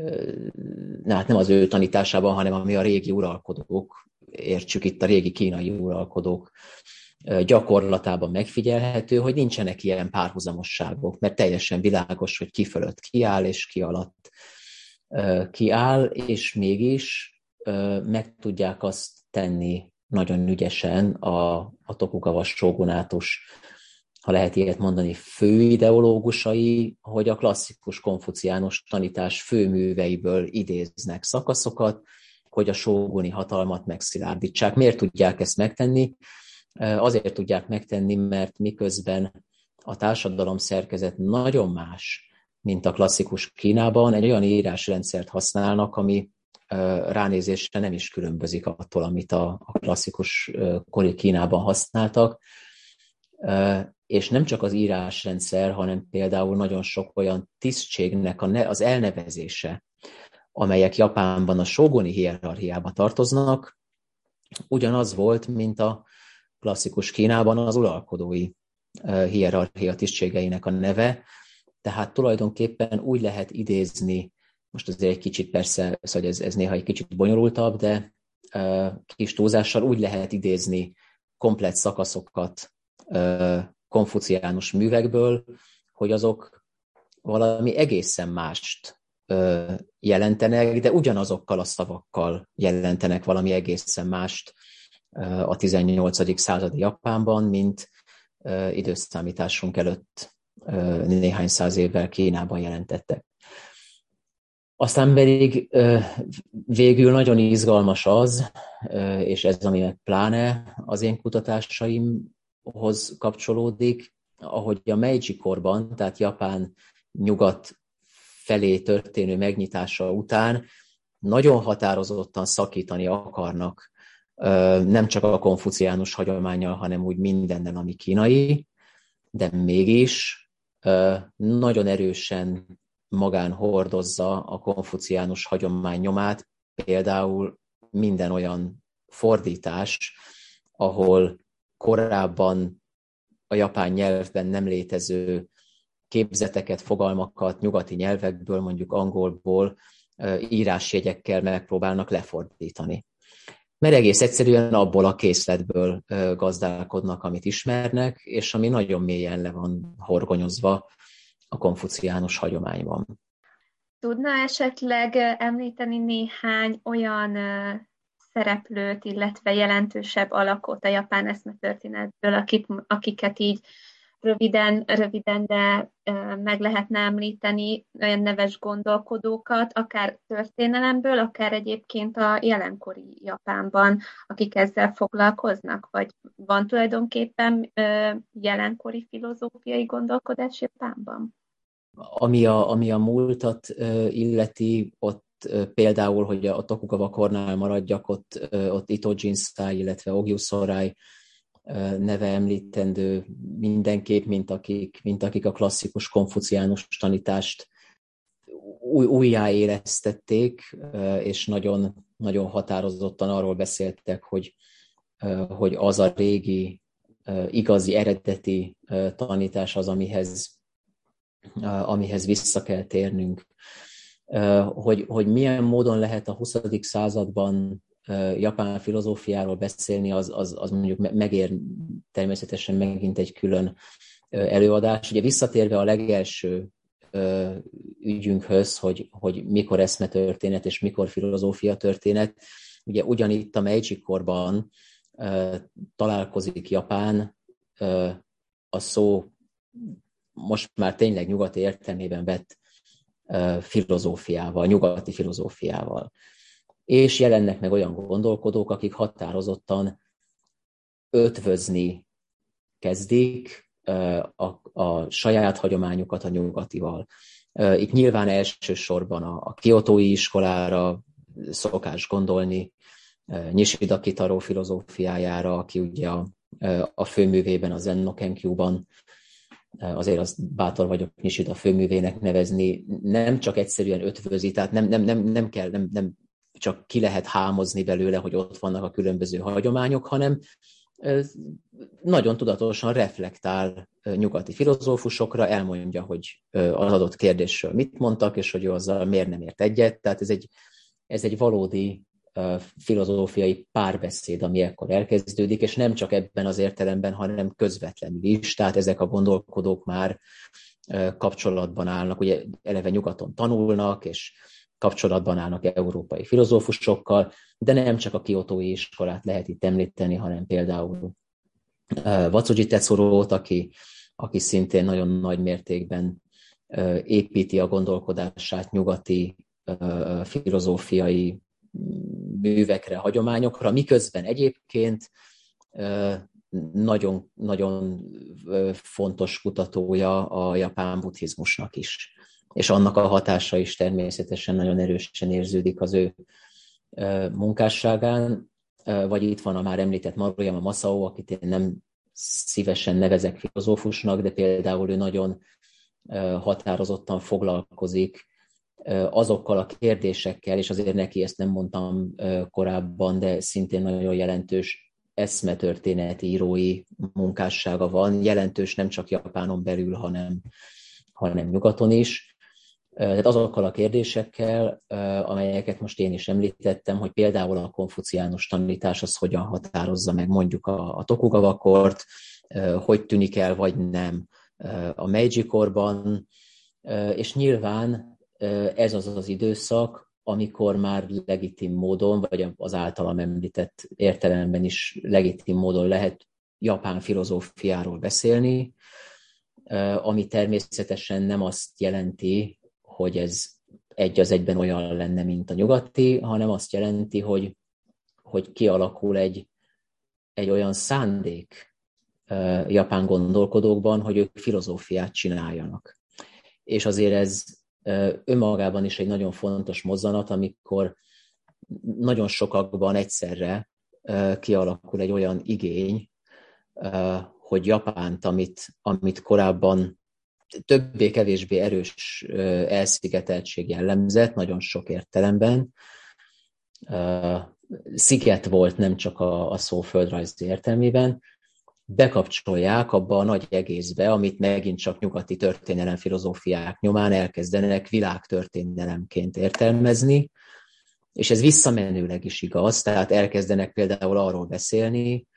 hát nem az ő tanításában, hanem ami a régi uralkodók, értsük itt a régi kínai uralkodók gyakorlatában megfigyelhető, hogy nincsenek ilyen párhuzamosságok, mert teljesen világos, hogy ki fölött kiáll, és ki alatt kiáll, és mégis meg tudják azt tenni nagyon ügyesen a Tokugawa sógunátus, ha lehet ilyet mondani, fő ideológusai, hogy a klasszikus konfuciánus tanítás főműveiből idéznek szakaszokat, hogy a sóguni hatalmat megszilárdítsák. Miért tudják ezt megtenni? Azért tudják megtenni, mert miközben a társadalom szerkezet nagyon más, mint a klasszikus Kínában, egy olyan írásrendszert használnak, ami ránézésre nem is különbözik attól, amit a klasszikus kori Kínában használtak. És nem csak az írásrendszer, hanem például nagyon sok olyan tisztségnek az elnevezése, amelyek Japánban a sóguni hierarchiába tartoznak, ugyanaz volt, mint a klasszikus Kínában az uralkodói hierarchia tisztségeinek a neve, tehát tulajdonképpen úgy lehet idézni, most azért egy kicsit persze, szóval ez néha egy kicsit bonyolultabb, de kis túlzással úgy lehet idézni komplett szakaszokat konfuciánus művekből, hogy azok valami egészen mást jelentenek, de ugyanazokkal a szavakkal jelentenek valami egészen mást a 18. századi Japánban, mint időszámításunk előtt néhány száz évvel Kínában jelentettek. Aztán pedig végül nagyon izgalmas az, és ez ami pláne az én kutatásaimhoz kapcsolódik, ahogy a Meiji korban, tehát Japán nyugat felé történő megnyitása után nagyon határozottan szakítani akarnak nem csak a konfuciánus hagyománnyal, hanem úgy mindennel, ami kínai, de mégis nagyon erősen magán hordozza a konfuciánus hagyomány nyomát, például minden olyan fordítás, ahol korábban a japán nyelvben nem létező képzeteket, fogalmakat nyugati nyelvekből, mondjuk angolból írásjegyekkel megpróbálnak lefordítani. Mert egész egyszerűen abból a készletből gazdálkodnak, amit ismernek, és ami nagyon mélyen le van horgonyozva a konfuciánus hagyományban. Tudna esetleg említeni néhány olyan szereplőt, illetve jelentősebb alakot a japán eszmetörténetből, akiket így röviden, de meg lehetne említeni, olyan neves gondolkodókat, akár történelemből, akár egyébként a jelenkori Japánban, akik ezzel foglalkoznak? Vagy van tulajdonképpen jelenkori filozófiai gondolkodás Japánban? Ami a múltat illeti, ott például, hogy a Tokugawa kornál maradjak, ott Ito Jinsai, illetve Ogyu Sorai neve említendő mindenképp, mint akik a klasszikus konfuciánus tanítást újjáélesztették, és nagyon, nagyon határozottan arról beszéltek, hogy az a régi, igazi, eredeti tanítás az, amihez vissza kell térnünk. Hogy milyen módon lehet a 20. században japán filozófiáról beszélni, az mondjuk megér természetesen megint egy külön előadás. Ugye visszatérve a legelső ügyünkhöz, hogy mikor eszmetörténet és mikor filozófia történet, ugye ugyanitt a Meiji korban találkozik Japán a szó most már tényleg nyugati értelmében vett filozófiával, nyugati filozófiával. És jelennek meg olyan gondolkodók, akik határozottan ötvözni kezdik a saját hagyományukat a nyugatival. Itt nyilván elsősorban a kiotói iskolára szokás gondolni, Nishida Kitaro filozófiájára, aki ugye a főművében, a Zen no Kenkyūban, azért azt bátor vagyok Nishida főművének nevezni, nem csak egyszerűen ötvözi, tehát nem kell, nem csak ki lehet hámozni belőle, hogy ott vannak a különböző hagyományok, hanem nagyon tudatosan reflektál nyugati filozófusokra, elmondja, hogy az adott kérdésről mit mondtak, és hogy ő azzal miért nem ért egyet. Tehát ez egy valódi filozófiai párbeszéd, ami ekkor elkezdődik, és nem csak ebben az értelemben, hanem közvetlenül is. Tehát ezek a gondolkodók már kapcsolatban állnak, ugye eleve nyugaton tanulnak, és kapcsolatban állnak európai filozófusokkal, de nem csak a kiotói iskolát lehet itt említeni, hanem például Watsuji Tetsurót, aki szintén nagyon nagy mértékben építi a gondolkodását nyugati filozófiai művekre, hagyományokra, miközben egyébként nagyon, nagyon fontos kutatója a japán buddhizmusnak is. És annak a hatása is természetesen nagyon erősen érződik az ő munkásságán. Vagy itt van a már említett Maruyama Masao, akit én nem szívesen nevezek filozófusnak, de például ő nagyon határozottan foglalkozik azokkal a kérdésekkel, és azért neki ezt nem mondtam korábban, de szintén nagyon jelentős eszmetörténeti írói munkássága van, jelentős nem csak Japánon belül, hanem nyugaton is. Tehát azokkal a kérdésekkel, amelyeket most én is említettem, hogy például a konfuciánus tanítás az hogyan határozza meg mondjuk a Tokugawa kort, hogy tűnik el, vagy nem a Meiji korban, és nyilván ez az időszak, amikor már legitim módon, vagy az általam említett értelemben is legitim módon lehet japán filozófiáról beszélni, ami természetesen nem azt jelenti, hogy ez egy az egyben olyan lenne, mint a nyugati, hanem azt jelenti, hogy kialakul egy olyan szándék japán gondolkodókban, hogy ők filozófiát csináljanak. És azért ez önmagában is egy nagyon fontos mozzanat, amikor nagyon sokakban egyszerre kialakul egy olyan igény, hogy Japánt, amit korábban többé-kevésbé erős elszigeteltség jellemzett, nagyon sok értelemben. Sziget volt nem csak a szó földrajzi értelmében, bekapcsolják abba a nagy egészbe, amit megint csak nyugati történelemfilozófiák nyomán elkezdenek világtörténelemként értelmezni, és ez visszamenőleg is igaz, tehát elkezdenek például arról beszélni,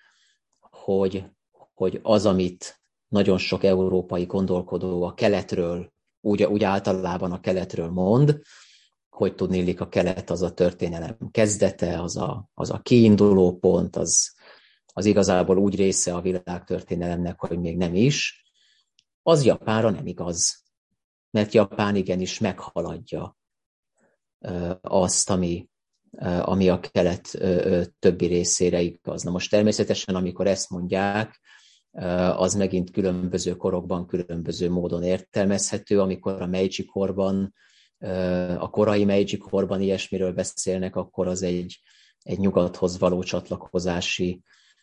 hogy az, amit nagyon sok európai gondolkodó a keletről, úgy általában a keletről mond, hogy tudniillik a kelet az a történelem kezdete, az a kiinduló pont, az igazából úgy része a világtörténelemnek, hogy még nem is, az Japánra nem igaz. Mert Japán igenis meghaladja azt, ami a kelet többi részére igaz. Na most természetesen, amikor ezt mondják, az megint különböző korokban, különböző módon értelmezhető. Amikor a Meiji korban, a korai Meiji korban ilyesmiről beszélnek, akkor az egy nyugathoz való csatlakozási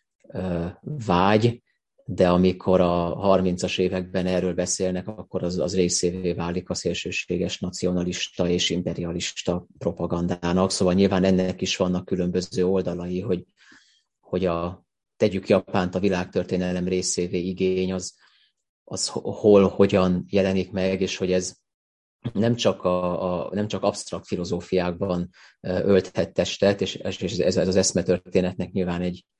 vágy, de amikor a 30-as években erről beszélnek, akkor az részévé válik a szélsőséges nacionalista és imperialista propagandának. Szóval nyilván ennek is vannak különböző oldalai, hogy tegyük Japánt a világtörténelem részévé igény, az hol, hogyan jelenik meg, és hogy ez nem csak absztrakt filozófiákban ölthet testet, és ez az eszmetörténetnek nyilván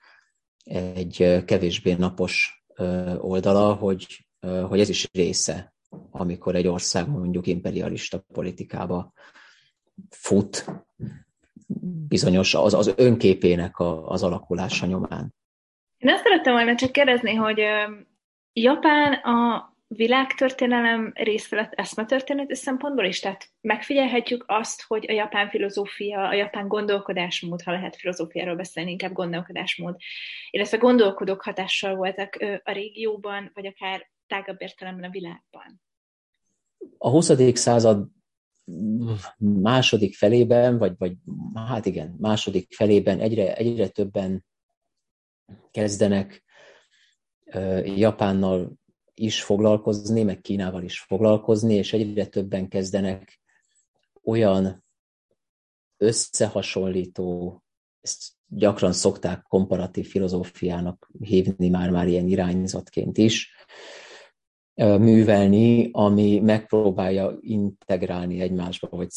egy kevésbé napos oldala, hogy ez is része, amikor egy ország mondjuk imperialista politikába fut, bizonyos az önképének az alakulása nyomán. Én azt szerettem volna csak kérdezni, hogy Japán a világtörténelem része lett eszmetörténeti szempontból is, tehát megfigyelhetjük azt, hogy a japán filozófia, a japán gondolkodásmód, ha lehet filozófiáról beszélni, inkább gondolkodásmód, illetve gondolkodók hatással voltak a régióban, vagy akár tágabb értelemben a világban. A 20. század második felében, vagy hát igen, második felében egyre többen kezdenek Japánnal is foglalkozni, meg Kínával is foglalkozni, és egyre többen kezdenek olyan összehasonlító, ezt gyakran szokták komparatív filozófiának hívni már ilyen irányzatként is, művelni, ami megpróbálja integrálni egymásba, vagy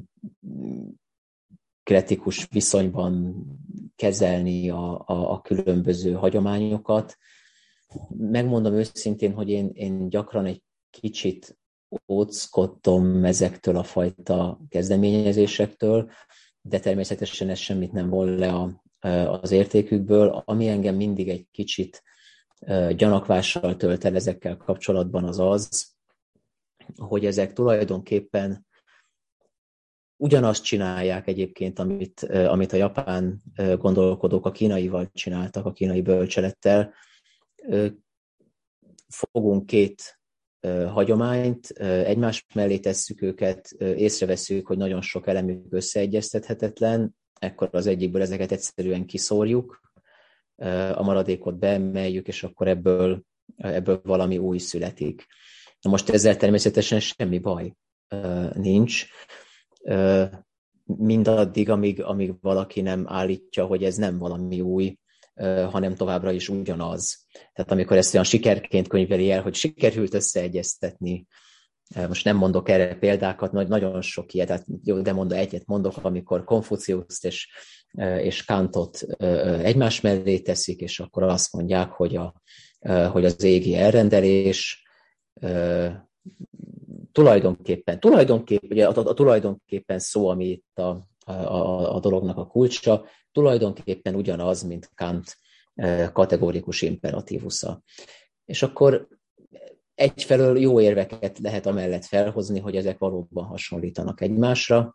szinkretikus viszonyban kezelni a különböző hagyományokat. Megmondom őszintén, hogy én gyakran egy kicsit óckodtam ezektől a fajta kezdeményezésektől, de természetesen ez semmit nem von le az értékükből. Ami engem mindig egy kicsit gyanakvással tölt el ezekkel kapcsolatban az, hogy ezek tulajdonképpen ugyanazt csinálják egyébként, amit a japán gondolkodók a kínaival csináltak, a kínai bölcselettel. Fogunk két hagyományt, egymás mellé tesszük őket, észrevesszük, hogy nagyon sok elemük összeegyeztethetetlen, ekkor az egyikből ezeket egyszerűen kiszórjuk, a maradékot beemeljük, és akkor ebből valami új születik. Na most ezzel természetesen semmi baj nincs, mindaddig, amíg valaki nem állítja, hogy ez nem valami új, hanem továbbra is ugyanaz. Tehát amikor ezt olyan sikerként könyveli el, hogy sikerült összeegyeztetni, most nem mondok erre példákat, nagyon sok ilyet, tehát jó, de egyet mondok, amikor Konfuciuszt és Kantot egymás mellé teszik, és akkor azt mondják, hogy az égi elrendelés tulajdonképpen ugye a tulajdonképpen szó, ami itt a dolognak a kulcsa, tulajdonképpen ugyanaz, mint Kant kategórikus imperatívusza. És akkor egyfelől jó érveket lehet amellett felhozni, hogy ezek valóban hasonlítanak egymásra.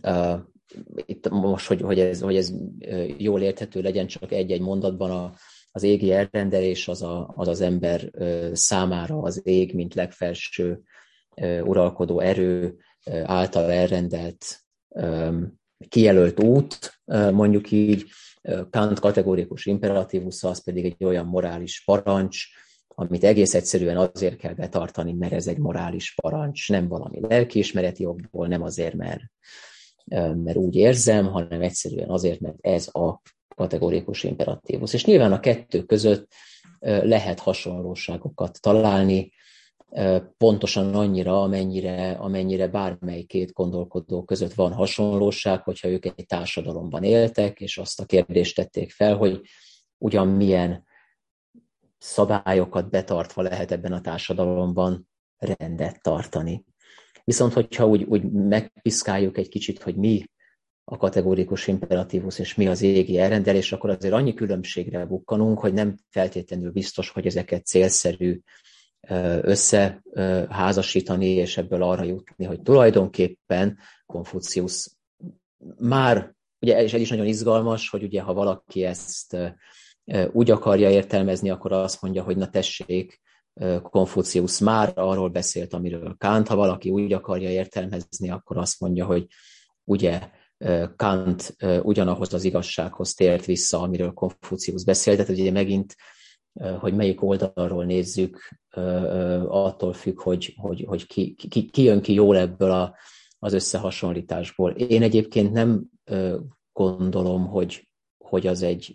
Itt most, hogy ez jól érthető legyen, csak egy-egy mondatban a az égi elrendelés az ember számára az ég, mint legfelső uralkodó erő által elrendelt, kijelölt út, mondjuk így. Kant kategórikus imperatívusza, az pedig egy olyan morális parancs, amit egész egyszerűen azért kell betartani, mert ez egy morális parancs, nem valami lelkiismereti okból, nem azért, mert úgy érzem, hanem egyszerűen azért, mert ez a kategórikus imperatívus. És nyilván a kettő között lehet hasonlóságokat találni, pontosan annyira, amennyire bármely két gondolkodó között van hasonlóság, hogyha ők egy társadalomban éltek, és azt a kérdést tették fel, hogy ugyan milyen szabályokat betartva lehet ebben a társadalomban rendet tartani. Viszont, hogyha úgy megpiszkáljuk egy kicsit, hogy mi a kategórikus imperatívus és mi az égi elrendelés, akkor azért annyi különbségre bukkanunk, hogy nem feltétlenül biztos, hogy ezeket célszerű összeházasítani, és ebből arra jutni, hogy tulajdonképpen Konfuciusz már, ugye és ez is nagyon izgalmas, hogy ugye ha valaki ezt úgy akarja értelmezni, akkor azt mondja, hogy na tessék, Konfuciusz már arról beszélt, amiről Kant, ha valaki úgy akarja értelmezni, akkor azt mondja, hogy ugye Kant ugyanahoz az igazsághoz tért vissza, amiről Konfuciusz beszélt, tehát ugye megint, hogy melyik oldalról nézzük, attól függ, hogy ki jön ki jól ebből az összehasonlításból. Én egyébként nem gondolom, hogy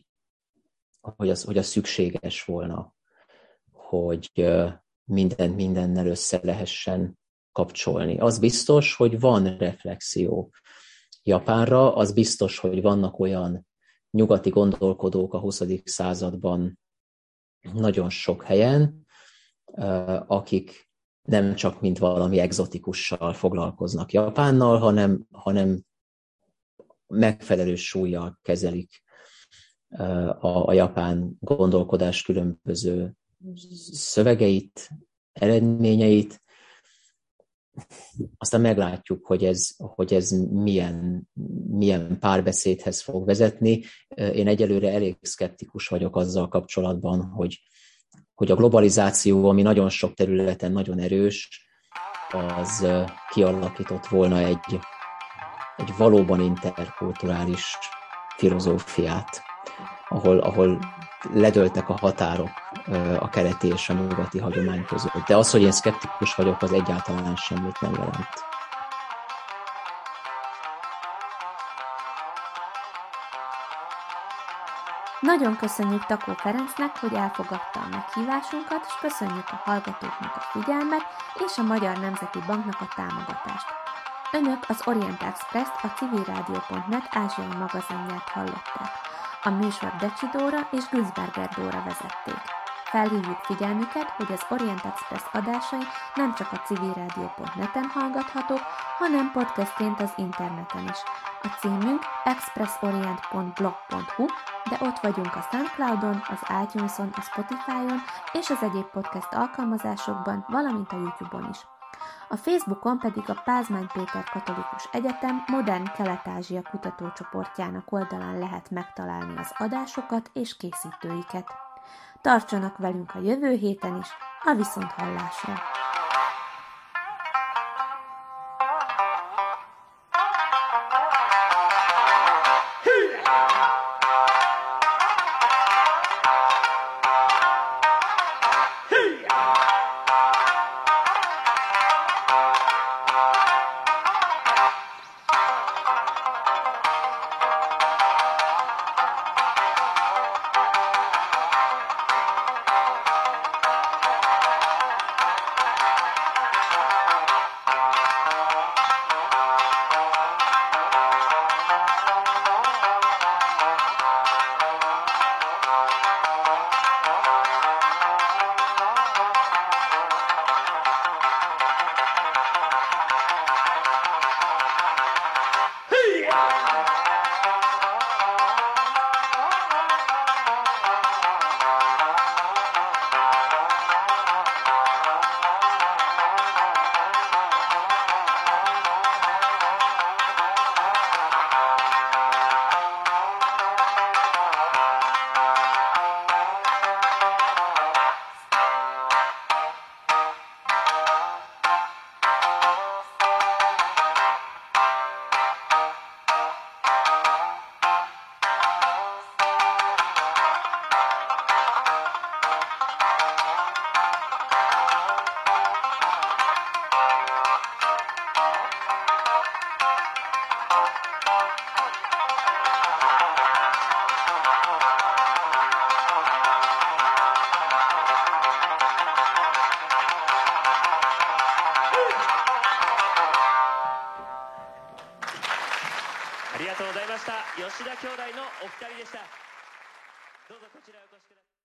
az szükséges volna, hogy mindent mindennel össze lehessen kapcsolni. Az biztos, hogy van reflexió Japánra, az biztos, hogy vannak olyan nyugati gondolkodók a 20. században nagyon sok helyen, akik nem csak mint valami egzotikussal foglalkoznak Japánnal, hanem megfelelő súllyal kezelik a japán gondolkodás különböző szövegeit, eredményeit. Aztán meglátjuk, hogy ez milyen párbeszédhez fog vezetni. Én egyelőre elég szkeptikus vagyok azzal kapcsolatban, hogy a globalizáció, ami nagyon sok területen nagyon erős, az kialakított volna egy valóban interkulturális filozófiát, ahol ledöltek a határok a keleti és a nyugati hagyomány között. De az, hogy én szkeptikus vagyok, az egyáltalán semmit nem jelent. Nagyon köszönjük Takó Ferencnek, hogy elfogadta a meghívásunkat, és köszönjük a hallgatóknak a figyelmet és a Magyar Nemzeti Banknak a támogatást. Önök az Orient Express-t, a civilradio.net ázsiai magazinját hallották. A műsor Decsi Dóra és Günzberger Dóra vezették. Felhívjuk figyelmüket, hogy az Orient Express adásai nem csak a civilradio.net-en hallgathatók, hanem podcastként az interneten is. A címünk expressorient.blog.hu, de ott vagyunk a SoundCloudon, az iTunes-on, a Spotify-on és az egyéb podcast alkalmazásokban, valamint a YouTube-on is. A Facebookon pedig a Pázmány Péter Katolikus Egyetem Modern Kelet-Ázsia kutatócsoportjának oldalán lehet megtalálni az adásokat és készítőiket. Tartsanak velünk a jövő héten is, a viszonthallásra! りがとうございました。吉田兄弟のお二人でした。どうぞこちらへお越しください。